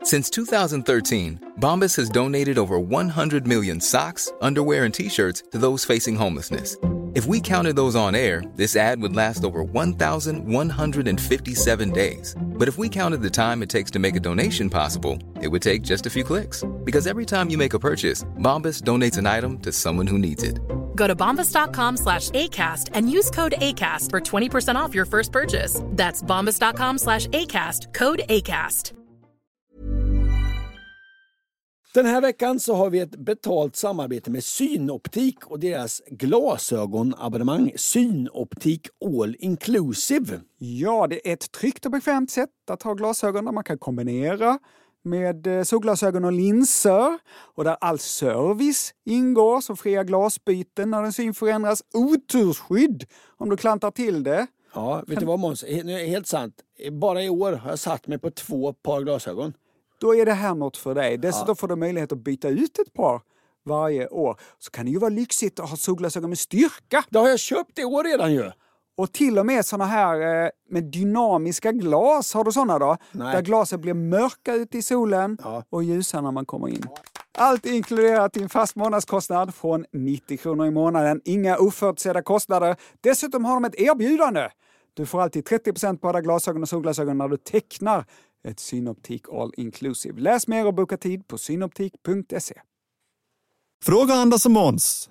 Since 2013, Bombas has donated over 100 million socks, underwear, and T-shirts to those facing homelessness. If we counted those on air, this ad would last over 1,157 days. But if we counted the time it takes to make a donation possible, it would take just a few clicks. Because every time you make a purchase, Bombas donates an item to someone who needs it. Go to bombas.com/ACAST and use code ACAST for 20% off your first purchase. That's bombas.com/ACAST, code ACAST. Den här veckan så har vi ett betalt samarbete med Synoptik och deras glasögonabonnemang Synoptik All Inclusive. Ja, det är ett tryggt och bekvämt sätt att ha glasögon där man kan kombinera med solglasögon och linser och där all service ingår som fria glasbyten när den syn förändras, otursskydd om du klantar till det. Ja, vet du vad Måns? Helt sant. Bara i år har jag satt mig på 2 par glasögon. Då är det här något för dig. Dessutom får du möjlighet att byta ut ett par varje år. Så kan det ju vara lyxigt att ha solglasögon med styrka. Det har jag köpt i år redan ju. Och till och med såna här med dynamiska glas. Har du såna då? Nej. Där glaset blir mörka ute i solen och ljusa när man kommer in. Allt inkluderat i en fast månadskostnad från 90 kronor i månaden. Inga oförutsedda kostnader. Dessutom har de ett erbjudande. Du får alltid 30% på alla glasögon och solglasögon när du tecknar ett Synoptik All Inclusive. Läs mer och boka tid på synoptik.se. Fråga Anders och Måns.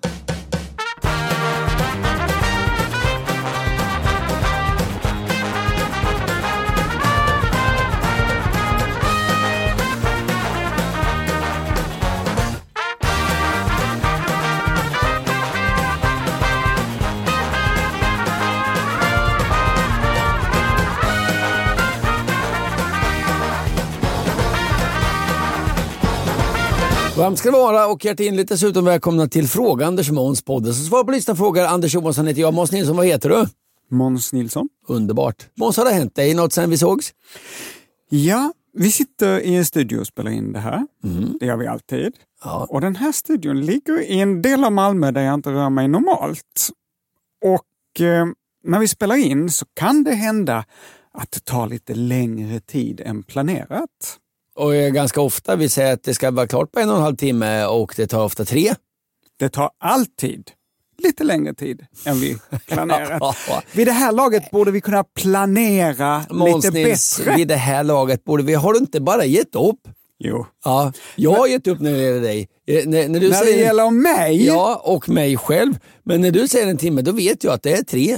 Varmt ska det vara och hjärtinligt dessutom välkomna till Fråga Anders och Måns podden. Så svar på listan frågar Anders Johansson heter jag. Måns Nilsson, vad heter du? Måns Nilsson. Underbart. Måns, har det hänt dig något sen vi sågs? Ja, vi sitter i en studio och spelar in det här. Det gör vi alltid. Ja. Och den här studion ligger i en del av Malmö där jag inte rör mig normalt. Och när vi spelar in så kan det hända att det tar lite längre tid än planerat. Och ganska ofta, vi säger att det ska vara klart på 1,5 timme och det tar ofta 3. Det tar alltid lite längre tid än vi planerat. Vid det här laget borde vi kunna planera Måns lite Nils, bättre. vid det här laget borde vi, har du inte bara gett upp? Jo. Ja, jag har gett upp när det gäller dig. När du när säger, det gäller mig? Ja, och mig själv. Men när du säger 1 timme, då vet jag att det är 3.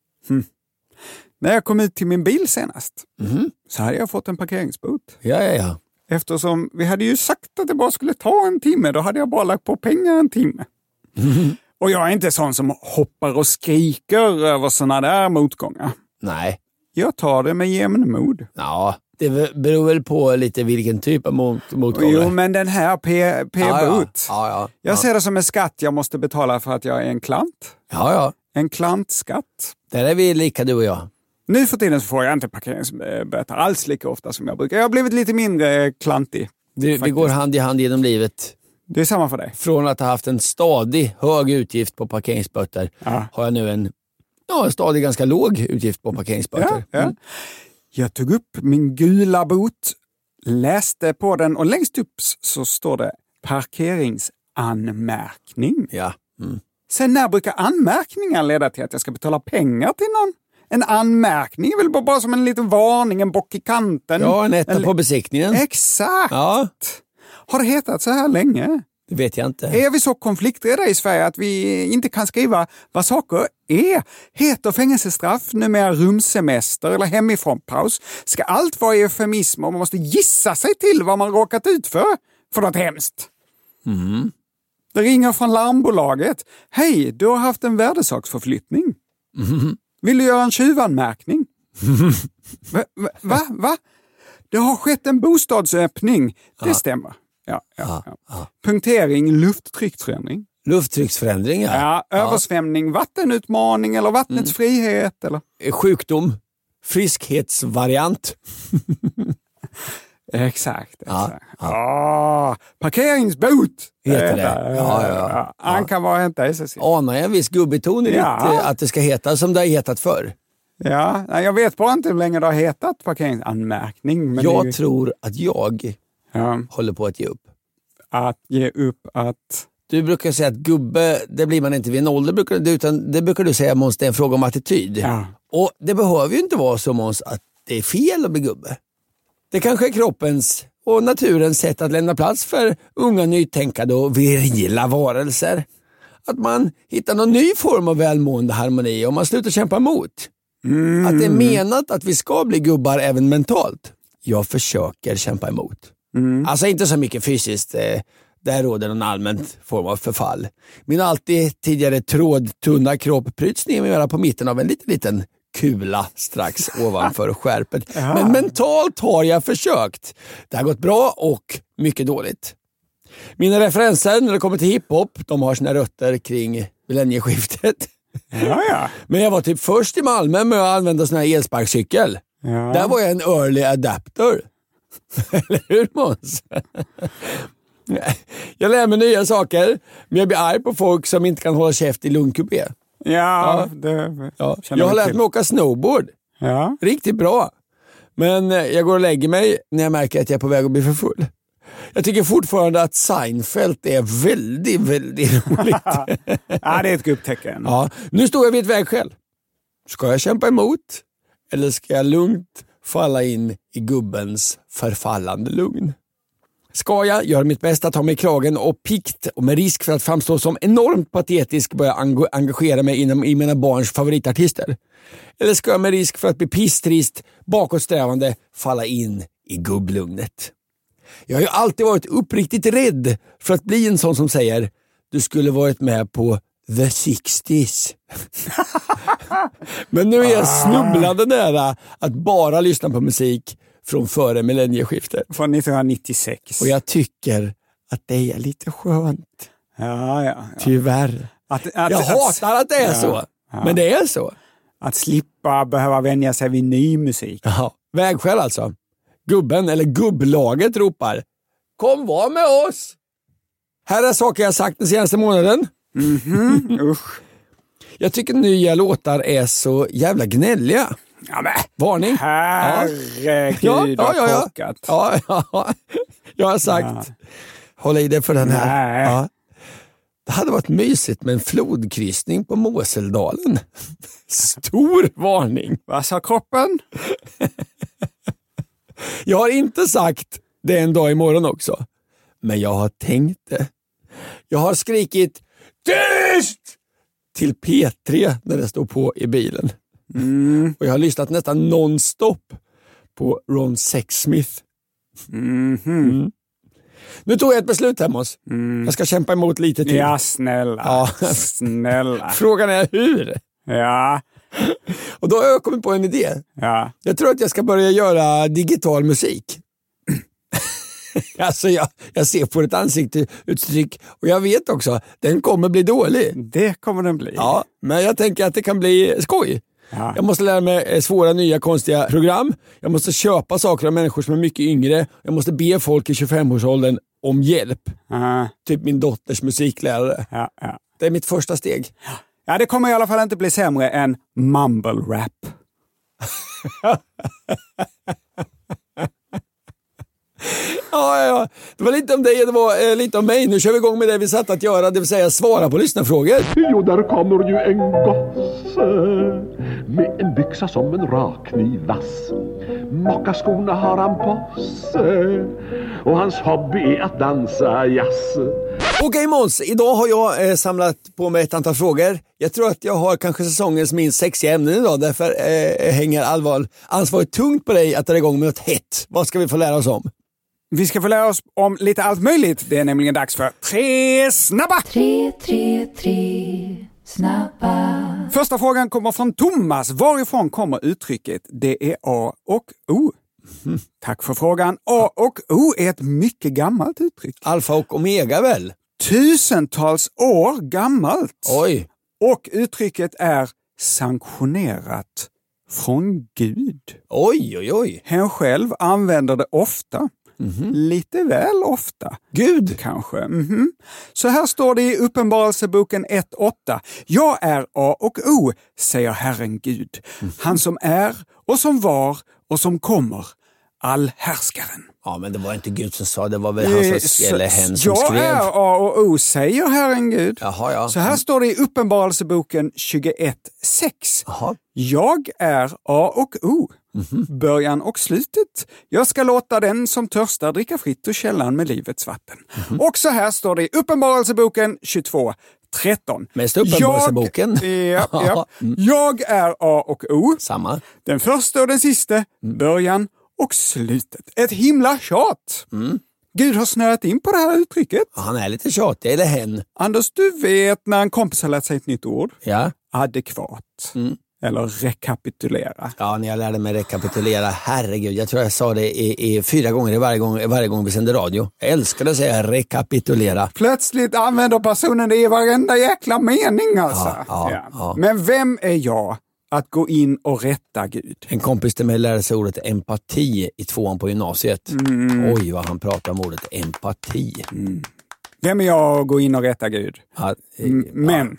När jag kom ut till min bil senast så hade jag fått en parkeringsbot. Ja. Eftersom vi hade ju sagt att det bara skulle ta 1 timme, då hade jag bara lagt på pengar 1 timme. Och jag är inte sån som hoppar och skriker över såna där motgångar. Nej. Jag tar det med jämnmod. Ja, det beror väl på lite vilken typ av motgångar. Jo, men den här P-bot. Ja. Jag ser det som en skatt jag måste betala för att jag är en klant. Ja. En klantskatt. Där är vi lika, du och jag. Nu för tiden så får jag inte parkeringsböter alls lika ofta som jag brukar. Jag har blivit lite mindre klantig. Vi går hand i hand genom livet. Det är samma för dig. Från att ha haft en stadig hög utgift på parkeringsböter har jag nu en stadig ganska låg utgift på parkeringsböter. Ja. Jag tog upp min gula bot, läste på den och längst upp så står det parkeringsanmärkning. Ja. Sen när brukar anmärkningar leda till att jag ska betala pengar till någon? En anmärkning är väl bara som en liten varning, en bock i kanten. Ja, en etta på besiktningen. Exakt! Ja. Har det hetat så här länge? Det vet jag inte. Är vi så konflikträdda i Sverige att vi inte kan skriva vad saker är? Heter fängelsestraff numera rumsemester eller hemifrånpaus? Ska allt vara eufemism och man måste gissa sig till vad man råkat ut för något hemskt? Det ringer från larmbolaget. Hej, du har haft en värdesaksförflyttning. Vill du göra en tjuvanmärkning? Va? Det har skett en bostadsöppning. Det stämmer. Ja. Punktering, lufttrycksförändring. Lufttrycksförändring, ja. Översvämning, vattenutmaning eller vattnets frihet. Eller? Sjukdom, friskhetsvariant. Exakt. Parkeringsbot heter det. Ja. Han kan vara hämta SSC. Anar jag en viss gubbeton i att det ska heta som det har hetat förr? Ja, jag vet bara inte hur länge det har hetat parkeringsanmärkning. Men jag tror att jag håller på att ge upp. Att ge upp att... Du brukar säga att gubbe, det blir man inte vid en ålder, utan det brukar du säga, Måns, det är en fråga om attityd. Ja. Och det behöver ju inte vara så, Måns, att det är fel att bli gubbe. Det kanske är kroppens och naturens sätt att lämna plats för unga, nytänkande och virila varelser. Att man hittar någon ny form av välmående harmoni och man slutar kämpa emot. Att det är menat att vi ska bli gubbar även mentalt. Jag försöker kämpa emot. Alltså inte så mycket fysiskt. Där råder en allmän form av förfall. Min alltid tidigare trådtunna kropp pryds ner på mitten av en liten kula strax ovanför skärpet. Men mentalt har jag försökt. Det har gått bra och mycket dåligt. Mina referenser när det kommer till hiphop, de har sina rötter kring millennieskiftet. Ja. Men jag var typ först i Malmö med att använda sån här elsparkcykel. Ja. Där var jag en early adapter. Eller hur, Måns? Jag lär mig nya saker, men jag blir arg på folk som inte kan hålla käft i lugnkupé. Ja. Jag har lärt mig åka snowboard. Ja. Riktigt bra. Men jag går och lägger mig när jag märker att jag är på väg att bli för full. Jag tycker fortfarande att Seinfeld är väldigt, väldigt roligt. Ja, det är ett gubbtecken. Ja, nu står jag vid ett vägskäl. Ska jag kämpa emot? Eller ska jag lugnt falla in i gubbens förfallande lugn? Ska jag göra mitt bästa, ta mig i kragen och pikt och med risk för att framstå som enormt patetisk börja engagera mig i mina barns favoritartister? Eller ska jag med risk för att bli pisstrist, bakåtsträvande falla in i gubblugnet? Jag har ju alltid varit uppriktigt rädd för att bli en sån som säger du skulle varit med på The 60s. Men nu är jag snubblande nära att bara lyssna på musik från före millennieskiftet. Från 1996. Och jag tycker att det är lite skönt. Ja. Tyvärr. Jag hatar att det är så. Men det är så. Att slippa behöva vänja sig vid ny musik. Ja. Vägskäl alltså. Gubben eller gubblaget ropar: kom var med oss! Här är saker jag sagt den senaste månaden. Usch. Jag tycker nya låtar är så jävla gnälliga. Ja, men. Varning. Herregud, vad korkat. Ja. Jag har sagt. Håll i dig för den här. Ja. Det hade varit mysigt med en flodkryssning på Moseldalen. Stor varning. Vad sa kroppen? Jag har inte sagt det en dag imorgon också. Men jag har tänkt det. Jag har skrikit tyst till P3 när det står på i bilen. Och jag har lyssnat nästan nonstop på Ron Sexsmith. Nu tog jag ett beslut här, Måns. Jag ska kämpa emot lite till. Ja, snälla. Snälla. Frågan är hur? Ja. Och då har jag kommit på en idé. Ja. Jag tror att jag ska börja göra digital musik. Alltså jag ser på ett ansiktsuttryck och jag vet också, den kommer bli dålig. Det kommer den bli. Ja, men jag tänker att det kan bli skoj. Ja. Jag måste lära mig svåra, nya, konstiga program. Jag måste köpa saker av människor som är mycket yngre. Jag måste be folk i 25-årsåldern om hjälp. Typ min dotters musiklärare. Ja. Det är mitt första steg. Ja, det kommer i alla fall inte bli sämre än mumble rap. Ja. Det var lite om dig, det var lite om mig. Nu kör vi igång med det vi satt att göra, det vill säga svara på lyssnarfrågor. Jo, där kommer ju en gosse med en byxa som en rakkniv vass. Mockaskorna har han på sig och hans hobby är att dansa jazz. Okej, Måns, idag har jag samlat på mig ett antal frågor. Jag tror att jag har kanske säsongens minst sexiga ämnen idag. Därför hänger ansvaret tungt på dig att dra igång med något hett. Vad ska vi få lära oss om? Vi ska få lära oss om lite allt möjligt. Det är nämligen dags för 3 snabba! 3 snabba. Första frågan kommer från Thomas. Varifrån kommer uttrycket det är A och O? Tack för frågan. A och O är ett mycket gammalt uttryck. Alfa och omega väl? Tusentals år gammalt. Oj. Och uttrycket är sanktionerat från Gud. Oj. Han själv använder det ofta. Lite väl ofta. Gud. Kanske. Så här står det i Uppenbarelseboken 1:8. Jag är A och O, säger Herren Gud. Han som är och som var och som kommer. allhärskaren. Ja, men det var inte Gud som sa, det var väl han som, eller hen som jag skrev. Jag är A och O, säger Herren Gud. Jaha, ja. Så här står det i Uppenbarelseboken 21:6. Jaha. Jag är A och O, början och slutet. Jag ska låta den som törstar dricka fritt ur källan med livets vatten. Och så här står det i Uppenbarelseboken 22:13. Mest Uppenbarelseboken. Jag är A och O. Samma. Den första och den sista, början och slutet. Ett himla tjat. Gud har snöat in på det här uttrycket. Ja, han är lite tjatig, eller hen. Anders, du vet när en kompis har lärt sig ett nytt ord. Ja. Adekvat. Eller rekapitulera. Ja, när jag lärde mig rekapitulera, herregud, jag tror jag sa det i 4 gånger varje gång vi sände radio. Jag älskar att säga rekapitulera. Plötsligt använder personen det i varenda jäkla mening alltså. Ja. Men vem är jag att gå in och rätta Gud? En kompis till mig lärde sig ordet empati i 2:an på gymnasiet. Oj, vad han pratar om ordet empati. Vem är jag att gå in och rätta Gud? Ja, Men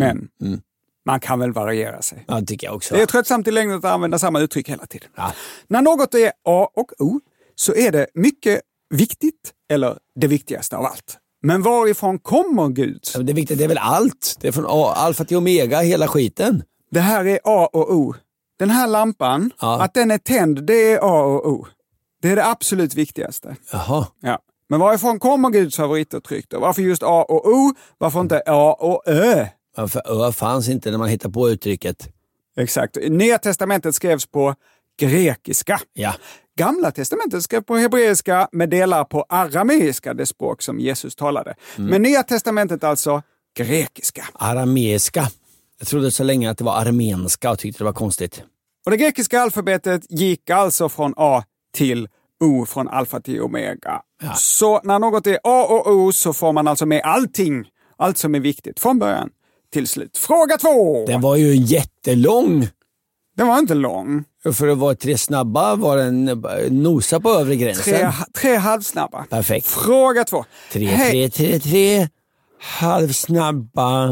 man kan väl variera sig. Ja, tycker jag också. Det är tröttsamt i längden att använda samma uttryck hela tiden. Ja. När något är A och O så är det mycket viktigt, eller det viktigaste av allt. Men varifrån kommer Gud? Det viktiga, det är väl allt. Det är från alfa till omega, hela skiten. Det här är A och O. Den här lampan, att den är tänd, det är A och O. Det är det absolut viktigaste. Jaha. Ja. Men varifrån kommer Guds favorituttryck då? Varför just A och O? Varför inte A och Ö? För Ö fanns inte när man hittade på uttrycket. Exakt. Nya testamentet skrevs på grekiska. Ja. Gamla testamentet skrevs på hebreiska med delar på arameiska, det språk som Jesus talade. Men Nya testamentet alltså grekiska. Arameiska. Jag trodde så länge att det var armenska och tyckte det var konstigt. Och det grekiska alfabetet gick alltså från A till O, från alfa till omega. Ja. Så när något är A och O så får man alltså med allting. Allt som är viktigt från början till slut. Fråga 2! Den var ju jättelång. Den var inte lång. För att vara 3 snabba var den nosa på övre gränsen. 3 halvsnabba. Perfekt. Fråga 2. 3 halvsnabba.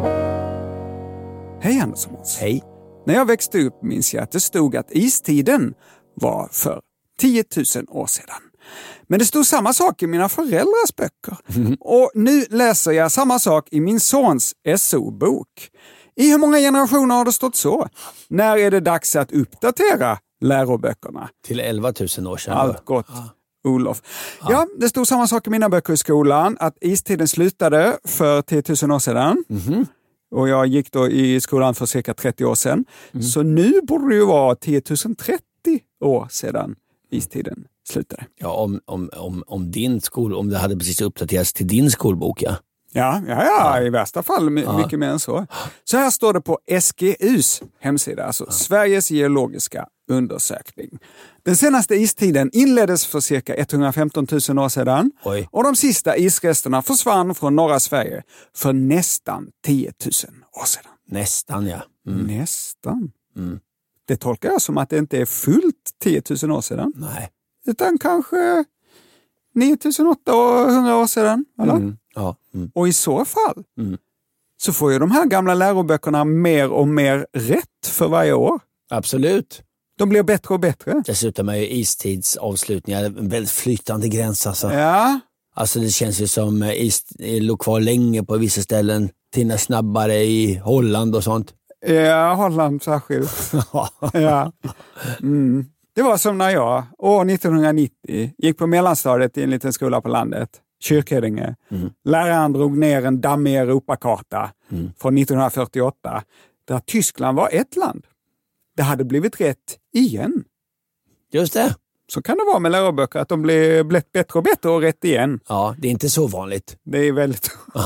Hej Anders och Måns. Hej. När jag växte upp minns jag att det stod att istiden var för 10 000 år sedan. Men det stod samma sak i mina föräldrars böcker. Och nu läser jag samma sak i min sons SO-bok. I hur många generationer har det stått så? När är det dags att uppdatera läroböckerna? Till 11 000 år sedan. Allt gott, Olof. Ja, det stod samma sak i mina böcker i skolan. Att istiden slutade för 10 000 år sedan. Och jag gick då i skolan för cirka 30 år sedan. Så nu borde det ju vara 10 030 år sedan istiden slutade. Ja, om det hade precis uppdaterats till din skolbok, ja. Ja, i värsta fall mycket mer än så. Så här står det på SGUs hemsida, alltså Sveriges geologiska undersökning. Den senaste istiden inleddes för cirka 115 000 år sedan. Oj. Och de sista isresterna försvann från norra Sverige för nästan 10 000 år sedan. Nästan, ja. Nästan. Det tolkar jag som att det inte är fullt 10 000 år sedan. Nej. Utan kanske 9 800 år sedan, eller? Ja. Och i så fall så får ju de här gamla läroböckerna mer och mer rätt för varje år. Absolut. De blir bättre och bättre. Dessutom är ju istidsavslutningar en väldigt flytande gräns. Alltså. Ja. Alltså det känns ju som is låg kvar länge på vissa ställen. Tina snabbare i Holland och sånt. Ja, Holland särskilt. Ja. Det var som när jag år 1990 gick på mellanstadiet i en liten skola på landet. Kyrkheden. Läraren drog ner en dammig Europakarta från 1948 där Tyskland var ett land. Det hade blivit rätt igen. Just det. Så kan det vara med läroböcker att de blir bättre och bättre och rätt igen. Ja, det är inte så vanligt. Det är väldigt...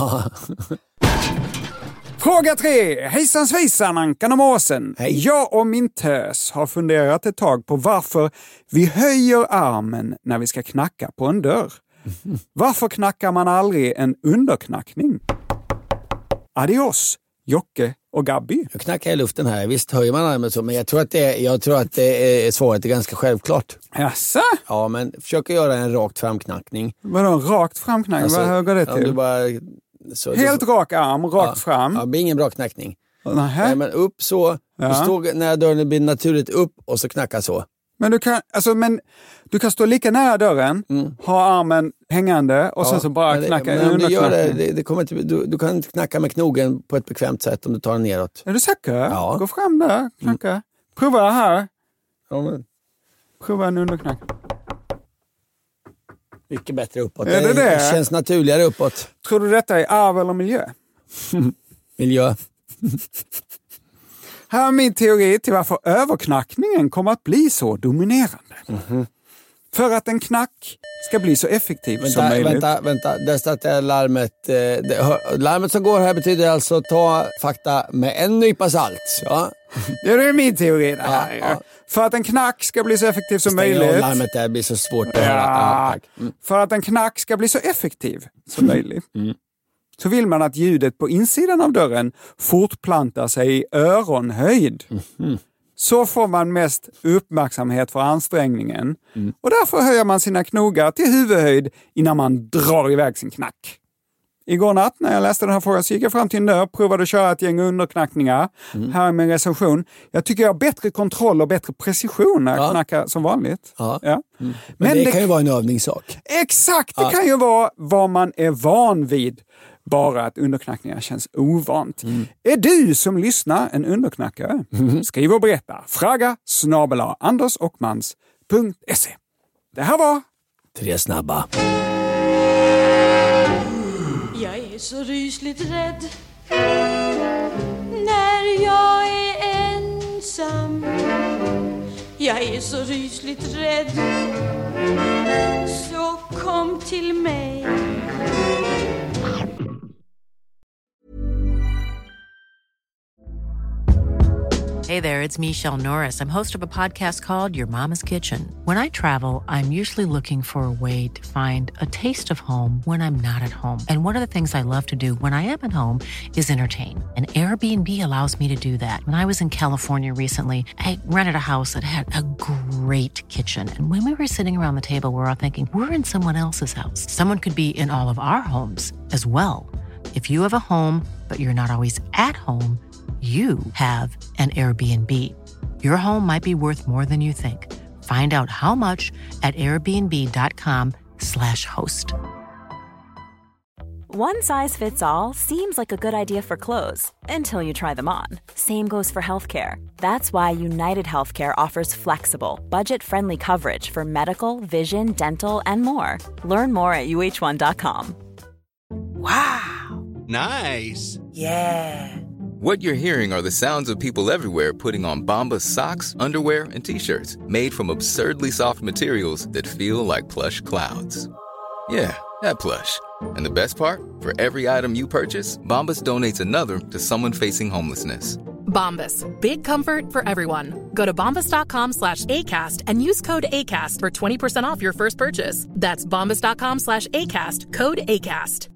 Fråga 3. Hejsan svejsan, Ankan och Måsen. Hej. Jag och min tös har funderat ett tag på varför vi höjer armen när vi ska knacka på en dörr. Varför knackar man aldrig en underknackning? Adios, Jocke och Gabby. Jag knackar i luften här. Visst höjer man armen så, men jag tror att det är svaret är ganska självklart. Jaså? Ja, men försök göra en rakt framknackning. Vadå, en rakt framknackning? Alltså, vad går det till? Du bara, helt rak arm, rakt fram? Ja, det blir ingen bra knackning. Nej, men upp så. Ja. När dörren blir naturligt upp och så knacka så. Men du kan stå lika nära dörren, ha armen hängande och sen så bara knacka du kan inte knacka med knogen på ett bekvämt sätt om du tar den neråt. Är du säker? Ja. Gå fram där, knacka. Prova här. Ja, men. Prova en underknack. Mycket bättre uppåt. Det känns naturligare uppåt. Tror du detta är arv eller miljö? Miljö. Här är min teori till varför överknackningen kommer att bli så dominerande. För att en knack ska bli så effektiv som möjligt. Vänta. Där startar larmet. Larmet som går här betyder alltså ta fakta med en nypa salt. Ja. Det är min teori. Ja. För att en knack ska bli så effektiv som möjligt. Larmet där blir så svårt att höra. För att en knack ska bli så effektiv som möjligt. Så vill man att ljudet på insidan av dörren fortplantar sig i öronhöjd. Så får man mest uppmärksamhet för ansträngningen. Och därför höjer man sina knogar till huvudhöjd innan man drar iväg sin knack. Igår natt när jag läste den här frågan så gick jag fram till en dörr, provade att köra ett gäng underknackningar. Här är min recension. Jag tycker jag har bättre kontroll och bättre precision när jag knackar som vanligt. Ja. Men det kan ju vara en övningssak. Exakt, det kan ju vara vad man är van vid. Bara att underknackningar känns ovant. Är du som lyssnar en underknackare? Skriv och berätta. fraga@andersochmans.se. Det här var 3 snabba. Jag är så rysligt rädd när jag är ensam. Jag är så rysligt rädd. Så kom till mig. Hey there, it's Michelle Norris. I'm host of a podcast called Your Mama's Kitchen. When I travel, I'm usually looking for a way to find a taste of home when I'm not at home. And one of the things I love to do when I am at home is entertain. And Airbnb allows me to do that. When I was in California recently, I rented a house that had a great kitchen. And when we were sitting around the table, we were all thinking, we're in someone else's house. Someone could be in all of our homes as well. If you have a home, but you're not always at home, you have an Airbnb. Your home might be worth more than you think. Find out how much at airbnb.com/host. One size fits all seems like a good idea for clothes until you try them on. Same goes for healthcare. That's why United Healthcare offers flexible, budget-friendly coverage for medical, vision, dental, and more. Learn more at uh1.com. Wow. Nice. Yeah. What you're hearing are the sounds of people everywhere putting on Bombas socks, underwear, and T-shirts made from absurdly soft materials that feel like plush clouds. Yeah, that plush. And the best part? For every item you purchase, Bombas donates another to someone facing homelessness. Bombas. Big comfort for everyone. Go to bombas.com/ACAST and use code ACAST for 20% off your first purchase. That's bombas.com/ACAST. Code ACAST.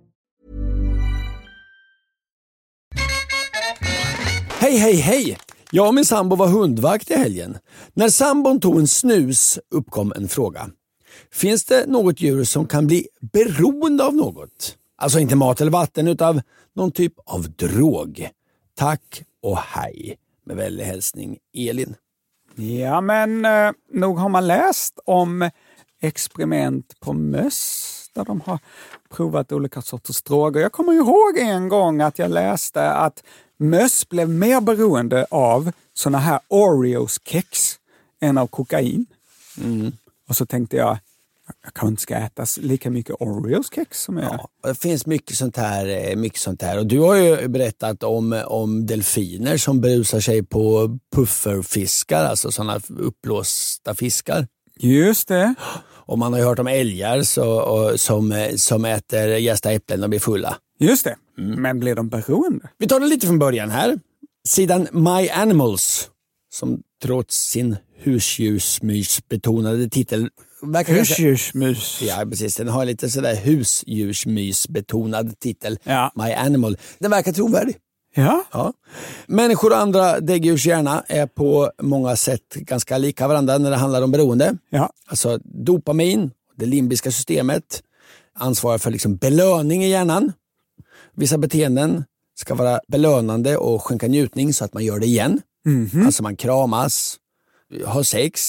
Hej! Jag och min sambo var hundvakt i helgen. När sambon tog en snus uppkom en fråga. Finns det något djur som kan bli beroende av något? Alltså inte mat eller vatten utan någon typ av drog. Tack och hej. Med vänlig hälsning Elin. Ja, men nog har man läst om experiment på möss där de har provat olika sorters droger. Jag kommer ihåg en gång att jag läste att möss blev mer beroende av såna här Oreos-kex än av kokain. Och så tänkte jag kanske inte ska äta lika mycket Oreos-kex som jag. Ja, det finns mycket sånt här. Och du har ju berättat om delfiner som berusar sig på pufferfiskar, alltså sådana uppblåsta fiskar. Just det. Och man har ju hört om älgar som äter jästa äpplen och blir fulla. Just det. Men blir de beroende? Vi tar det lite från början här. Sidan My Animals, som trots sin husdjursmysbetonade titel... Husdjursmys? Ja, precis. Den har lite sådär husdjursmysbetonad titel. Ja. My Animal. Den verkar trovärdig. Ja. Människor och andra däggdjurs hjärna är på många sätt ganska lika varandra när det handlar om beroende. Ja. Alltså dopamin, det limbiska systemet, ansvarar för liksom belöning i hjärnan. Vissa beteenden ska vara belönande och skänka njutning så att man gör det igen. Alltså man kramas, har sex,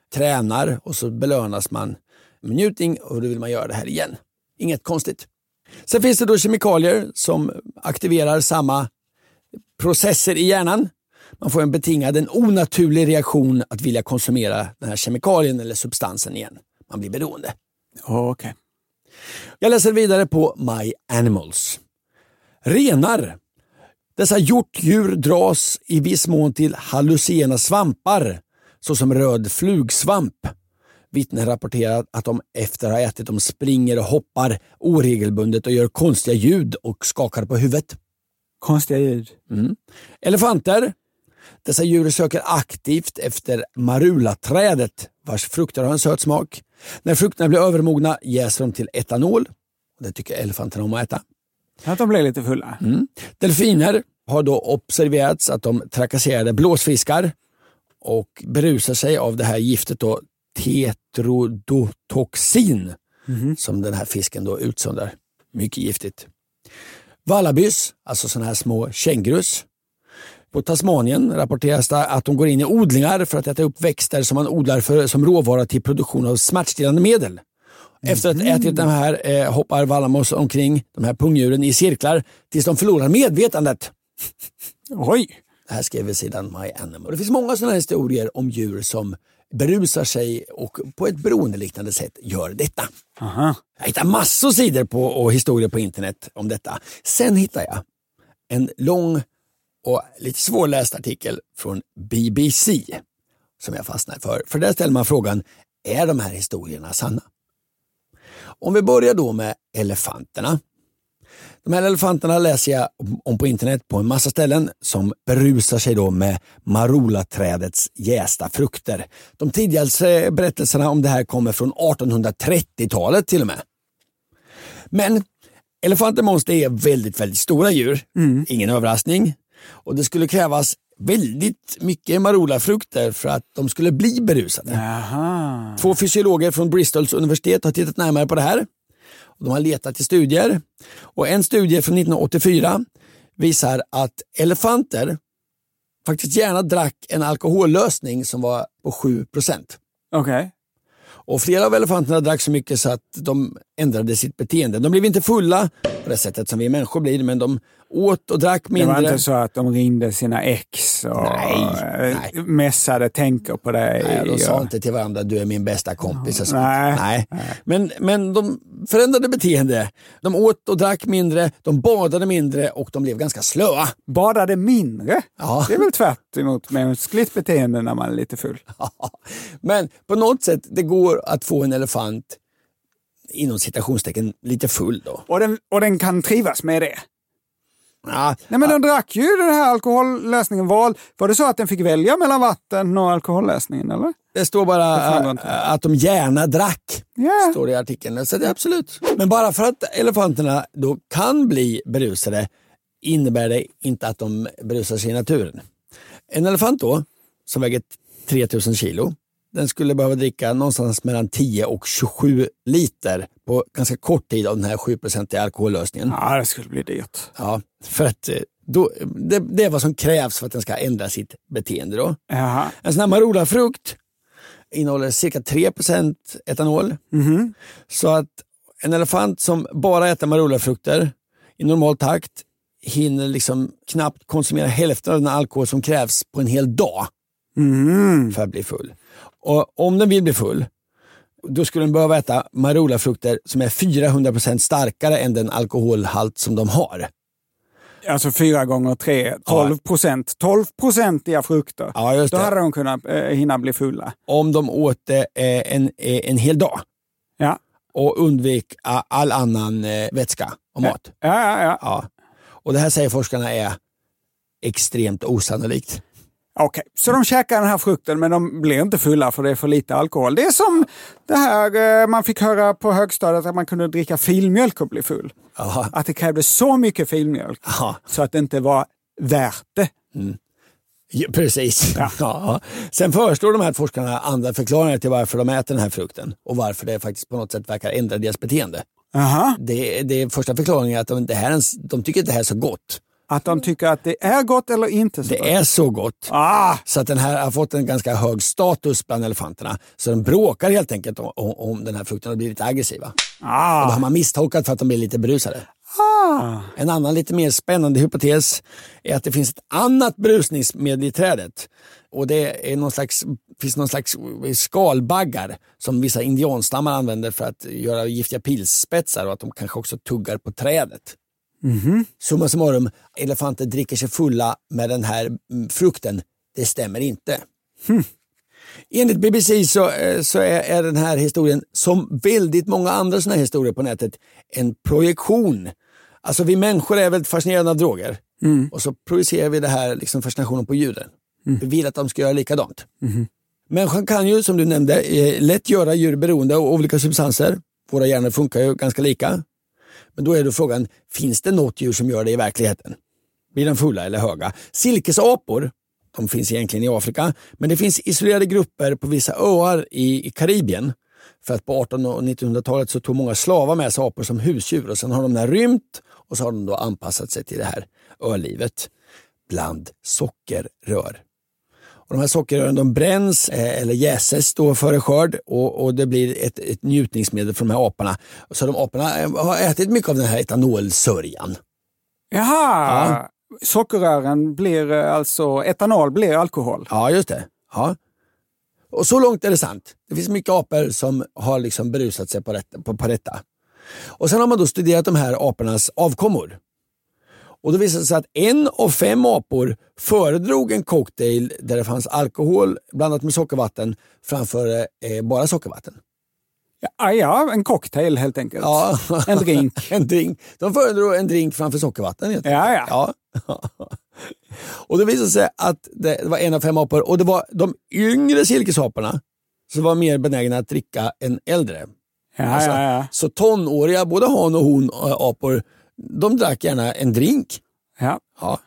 tränar och så belönas man med njutning och då vill man göra det här igen. Inget konstigt. Sen finns det då kemikalier som aktiverar samma processer i hjärnan. Man får en onaturlig reaktion att vilja konsumera den här kemikalien eller substansen igen. Man blir beroende. Okej. Jag läser vidare på My Animals. Renar. Dessa hjortdjur dras i viss mån till hallucinogena svampar såsom röd flugsvamp. Vittnen rapporterar att de efter att ha ätit de springer och hoppar oregelbundet och gör konstiga ljud och skakar på huvudet. Konstiga ljud. Elefanter. Dessa djur söker aktivt efter marulaträdet vars frukter har en söt smak. När frukterna blir övermogna jäser de till etanol. Det tycker elefanterna om att äta. Att de blir lite fulla. Delfiner har då observerats att de trakasserade blåsfiskar och berusar sig av det här giftet då tetrodotoxin som den här fisken då utsöndrar. Mycket giftigt. Wallabys, alltså sådana här små kängurus. På Tasmanien rapporteras det att de går in i odlingar för att äta upp växter som man odlar som råvara till produktion av smärtstillande medel. Efter att ätit de här hoppar Wallamos omkring de här pungdjuren i cirklar tills de förlorar medvetandet. Oj! Det här skrev sidan My Animal. Det finns många sådana här historier om djur som berusar sig och på ett beroendeliknande sätt gör detta. Aha. Jag hittar massor sidor och historier på internet om detta. Sen hittar jag en lång och lite svårläst artikel från BBC som jag fastnar för. För där ställer man frågan, är de här historierna sanna? Om vi börjar då med elefanterna. De här elefanterna läser jag om på internet på en massa ställen som berusar sig då med marulaträdets jästa frukter. De tidigaste berättelserna om det här kommer från 1830-talet till och med. Men elefanter måste är väldigt, väldigt stora djur. Ingen överraskning. Och det skulle krävas väldigt mycket marulafrukter för att de skulle bli berusade. Aha. 2 fysiologer från Bristols universitet har tittat närmare på det här. De har letat i studier och en studie från 1984 visar att elefanter faktiskt gärna drack en alkohollösning som var på 7%. Okej. Och flera av elefanterna drack så mycket så att de ändrade sitt beteende. De blev inte fulla på det sättet som vi människor blir, men de åt och drack mindre. Det var inte så att de ringde sina ex och mässade tänker på dig. Nej, de sa inte till varandra, du är min bästa kompis. Och sånt. Nej. Men de förändrade beteende. De åt och drack mindre, de badade mindre och de blev ganska slöa. Badade mindre? Ja. Det är väl tvärt emot mänskligt beteende när man är lite full. Men på något sätt, det går att få en elefant inom citationstecken lite full då. Och den kan trivas med det? Ja, Nej, men den drack ju den här alkohollösningen. Var det så att den fick välja mellan vatten och alkohollösningen, eller? Det står bara att de gärna drack, står det i artikeln. Så det är absolut. Men bara för att elefanterna då kan bli berusade innebär det inte att de berusar sig i naturen. En elefant då, som väger 3000 kilo, den skulle behöva dricka någonstans mellan 10 och 27 liter på ganska kort tid av den här 7% alkohollösningen. Ja, det skulle bli dyrt. Ja, för att det är vad som krävs för att den ska ändra sitt beteende då. Jaha. En sån här marulafrukt innehåller cirka 3% etanol. Så att en elefant som bara äter marulafrukter i normal takt hinner liksom knappt konsumera hälften av den alkohol som krävs på en hel dag för att bli full. Och om den vill bli full, då skulle den behöva äta marulafrukter som är 400% starkare än den alkoholhalt som de har. Alltså 4 gånger 3, 12%. 12% frukter. Ja, just det. Då hade de kunnat hinna bli fulla. Om de åt en hel dag. Ja. Och undvik all annan vätska och mat. Ja. Och det här säger forskarna är extremt osannolikt. Okej, så de käkar den här frukten men de blir inte fulla för det är för lite alkohol. Det är som det här man fick höra på högstadiet att man kunde dricka filmjölk och bli full. Aha. Att det krävdes så mycket filmjölk så att det inte var värt det. Ja, precis. Ja. Sen föreslår de här forskarna andra förklaringar till varför de äter den här frukten och varför det faktiskt på något sätt verkar ändra deras beteende. Aha. Det är första förklaringen att de tycker att det här är så gott Att de tycker att det är gott eller inte så gott? Det är så gott. Så att den här har fått en ganska hög status bland elefanterna. Så de bråkar helt enkelt om den här frukten och blir lite aggressiva. Och då har man misstolkat för att de blir lite berusade. En annan lite mer spännande hypotes är att det finns ett annat brusningsmedel i trädet. Och det är finns någon slags skalbaggar som vissa indianstammar använder för att göra giftiga pilsspetsar och att de kanske också tuggar på trädet. Summa summarum, elefanter dricker sig fulla med den här frukten. Det stämmer inte. Enligt BBC så är den här historien, som väldigt många andra såna här historier på nätet, en projektion. Alltså vi människor är väldigt fascinerade av droger. Och så projicerar vi det här liksom fascinationen på djuren. Vi vill att de ska göra likadant. Människan kan ju, som du nämnde, lätt göra djur beroende av olika substanser. Våra hjärnor funkar ju ganska lika. Men då är då frågan, finns det något djur som gör det i verkligheten? Blir de fulla eller höga? Silkesapor, de finns egentligen i Afrika, men det finns isolerade grupper på vissa öar i Karibien. För att på 1800- och 1900-talet så tog många slavar med sig apor som husdjur och sen har de där rymt och så har de då anpassat sig till det här ölivet bland sockerrör. Och de här sockerrören de bränns eller jäses då före skörd och det blir ett njutningsmedel för de här aporna. Så de aporna har ätit mycket av den här etanolsörjan. Jaha, sockerrören blir alltså, etanol blir alkohol. Ja, just det. Ja. Och så långt är det sant. Det finns mycket apor som har liksom berusat sig på detta. Och sen har man då studerat de här apornas avkommor. Och då visade det sig att 1 av 5 apor föredrog en cocktail där det fanns alkohol blandat med sockervatten framför bara sockervatten. Ja, en cocktail helt enkelt. Ja. En drink. En drink. De föredrog en drink framför sockervatten. Ja. Och det visade sig att det var 1 av 5 apor och det var de yngre silkesaporna som var mer benägna att dricka än äldre. Så tonåriga, både han och hon apor, de drack gärna en drink. Ja.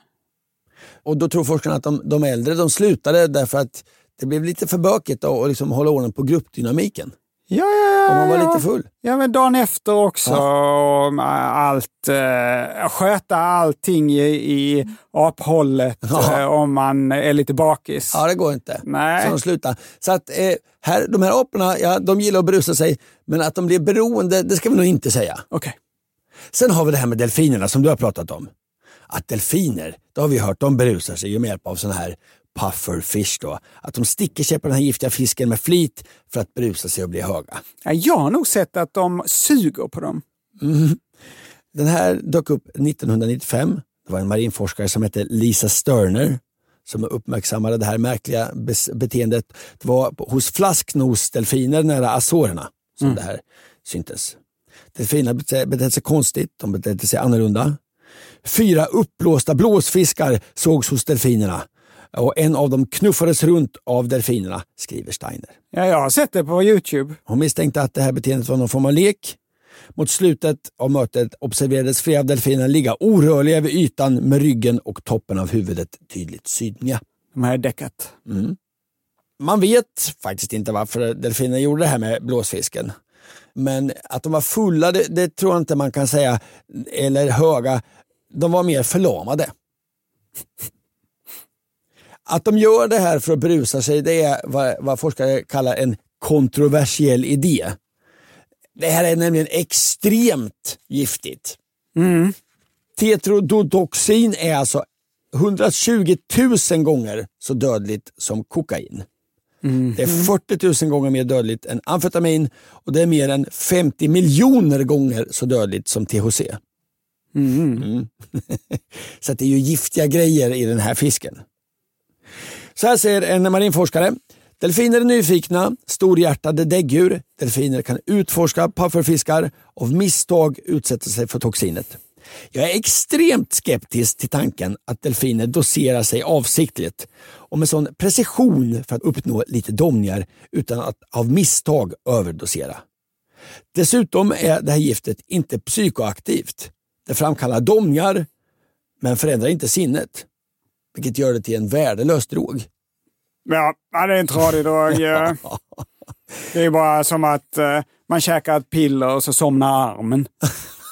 Och då tror forskarna att de äldre de slutade därför att det blev lite för bökigt att liksom hålla ordning på gruppdynamiken. Om man var lite full. Ja, men dagen efter också. Sköta allting i aphållet om man är lite bakis. Ja, det går inte. Nej. Så de slutar. Så att de här aporna, de gillar att berusa sig, men att de blir beroende, det ska vi nog inte säga. Okej. Sen har vi det här med delfinerna som du har pratat om. Att delfiner, det har vi hört, de berusar sig med hjälp av sån här pufferfish då. Att de sticker sig på den här giftiga fisken med flit för att berusa sig och bli höga. Ja, jag har nog sett att de suger på dem. Den här dök upp 1995. Det var en marinforskare som hette Lisa Sterner som uppmärksammade det här märkliga beteendet. Det var hos flasknosdelfiner nära Azorerna som det här syntes. Delfinerna betedde sig konstigt, de betedde sig annorlunda. 4 uppblåsta blåsfiskar sågs hos delfinerna. Och en av dem knuffades runt av delfinerna, skriver Steiner. Ja, jag har sett det på YouTube. Hon misstänkte att det här beteendet var någon form av lek. Mot slutet av mötet observerades flera av delfinerna ligga orörliga över ytan med ryggen och toppen av huvudet tydligt synliga. De här däckat. Man vet faktiskt inte varför delfinerna gjorde det här med blåsfisken. Men att de var fulla, det tror jag inte man kan säga. Eller höga. De var mer förlamade. Att de gör det här för att brusa sig, det är vad forskare kallar en kontroversiell idé. Det här är nämligen extremt giftigt. Tetrodotoxin är alltså 120 000 gånger så dödligt som kokain. Det är 40 000 gånger mer dödligt än amfetamin och det är mer än 50 miljoner gånger så dödligt som THC. Så att det är ju giftiga grejer i den här fisken. Så här säger en marinforskare. Delfiner är nyfikna, storhjärtade däggdjur. Delfiner kan utforska pufferfiskar och av misstag utsätta sig för toxinet. Jag är extremt skeptisk till tanken att delfiner doserar sig avsiktligt och med sån precision för att uppnå lite domningar utan att av misstag överdosera. Dessutom är det här giftet inte psykoaktivt. Det framkallar domningar men förändrar inte sinnet, vilket gör det till en värdelös drog. Ja, det är en tradig drog. Det är bara som att man käkar ett piller och så somnar armen.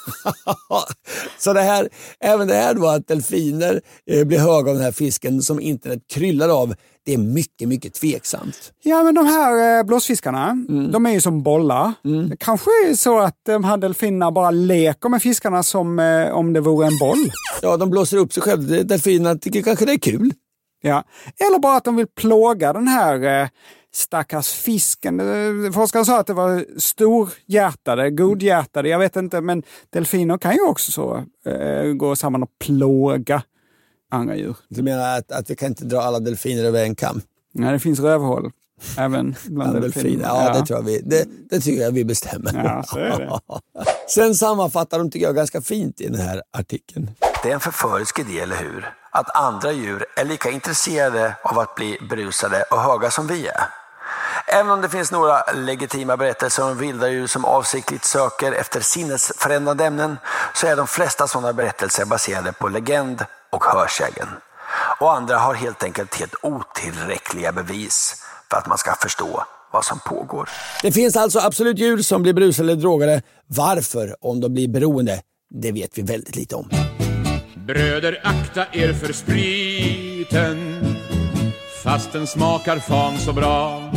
Så även det här då att delfiner blir höga av den här fisken som internet kryllar av, det är mycket, mycket tveksamt. Ja, men de här blåsfiskarna, de är ju som bollar. Det kanske är så att de här delfinerna bara leker med fiskarna som om det vore en boll. Ja, de blåser upp sig själva. Delfinerna tycker kanske det är kul. Ja, eller bara att de vill plåga den här stackars fisken. Forskaren sa att det var storhjärtade, godhjärtade, jag vet inte, men delfiner kan ju också så gå samman och plåga andra djur. Du menar att vi kan inte dra alla delfiner över en kam? Nej, det finns rövhål även bland delfiner. Ja, det tror jag det tycker jag vi bestämmer. Ja, så är det. Sen sammanfattar de, tycker jag, ganska fint i den här artikeln. Det är en förförisk idé, eller hur? Att andra djur är lika intresserade av att bli berusade och höga som vi är. Även om det finns några legitima berättelser om vilda djur som avsiktligt söker efter sinnesförändrande ämnen, så är de flesta sådana berättelser baserade på legend och hörsägen. Och andra har helt enkelt helt otillräckliga bevis för att man ska förstå vad som pågår. Det finns alltså absolut djur som blir berusade eller drogade. Varför, om de blir beroende, det vet vi väldigt lite om. Bröder, akta er för spriten, fast den smakar fan så bra.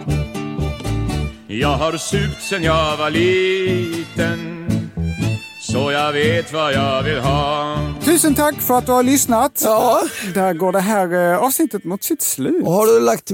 Jag har supt sen jag var liten, så jag vet vad jag vill ha. Tusen tack för att du har lyssnat. Ja. Där går det här avsnittet mot sitt slut. Och har du lagt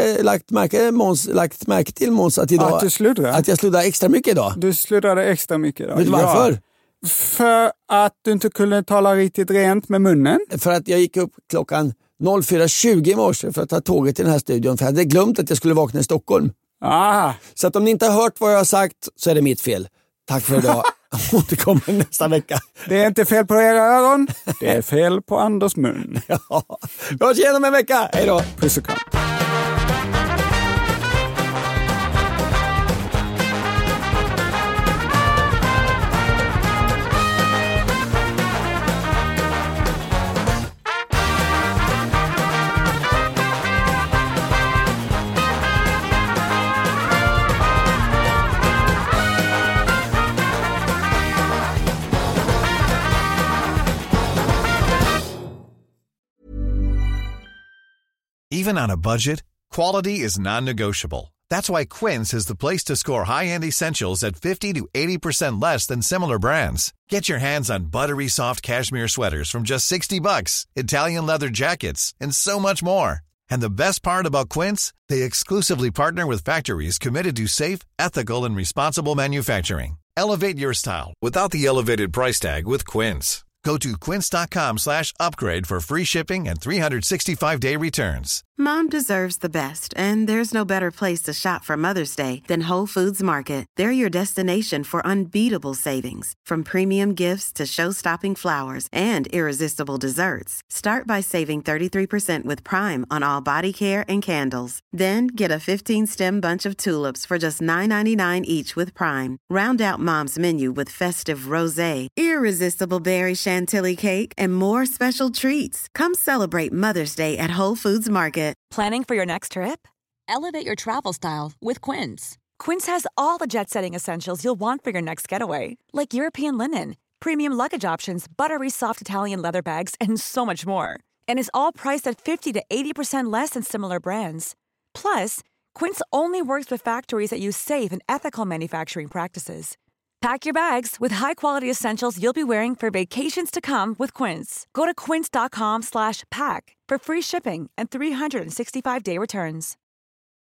märke till, Måns, att idag, att du sluddrar? Att jag sluddrar extra mycket idag? Du sluddrade extra mycket idag. Vet du varför? Ja. För att du inte kunde tala riktigt rent med munnen. För att jag gick upp klockan 04.20 i morse för att ta tåget till den här studion. För jag hade glömt att jag skulle vakna i Stockholm. Så att om ni inte har hört vad jag har sagt, så är det mitt fel. Tack för idag. Återkommer nästa vecka. Det är inte fel på era öron. Det är fel på Anders mun. Ja. Vi hörs igen om en vecka. Hej då. Puss och kram. Even on a budget, quality is non-negotiable. That's why Quince is the place to score high-end essentials at 50 to 80% less than similar brands. Get your hands on buttery soft cashmere sweaters from just $60, Italian leather jackets, and so much more. And the best part about Quince, they exclusively partner with factories committed to safe, ethical, and responsible manufacturing. Elevate your style without the elevated price tag with Quince. Go to quince.com/upgrade for free shipping and 365-day returns. Mom deserves the best, and there's no better place to shop for Mother's Day than Whole Foods Market. They're your destination for unbeatable savings, from premium gifts to show-stopping flowers and irresistible desserts. Start by saving 33% with Prime on all body care and candles. Then get a 15-stem bunch of tulips for just $9.99 each with Prime. Round out Mom's menu with festive rosé, irresistible berry chantilly cake, and more special treats. Come celebrate Mother's Day at Whole Foods Market. Planning for your next trip? Elevate your travel style with Quince. Quince has all the jet-setting essentials you'll want for your next getaway, like European linen, premium luggage options, buttery soft Italian leather bags, and so much more. And is all priced at 50 to 80% less than similar brands. Plus, Quince only works with factories that use safe and ethical manufacturing practices. Pack your bags with high-quality essentials you'll be wearing for vacations to come with Quince. Go to quince.com/pack for free shipping and 365-day returns.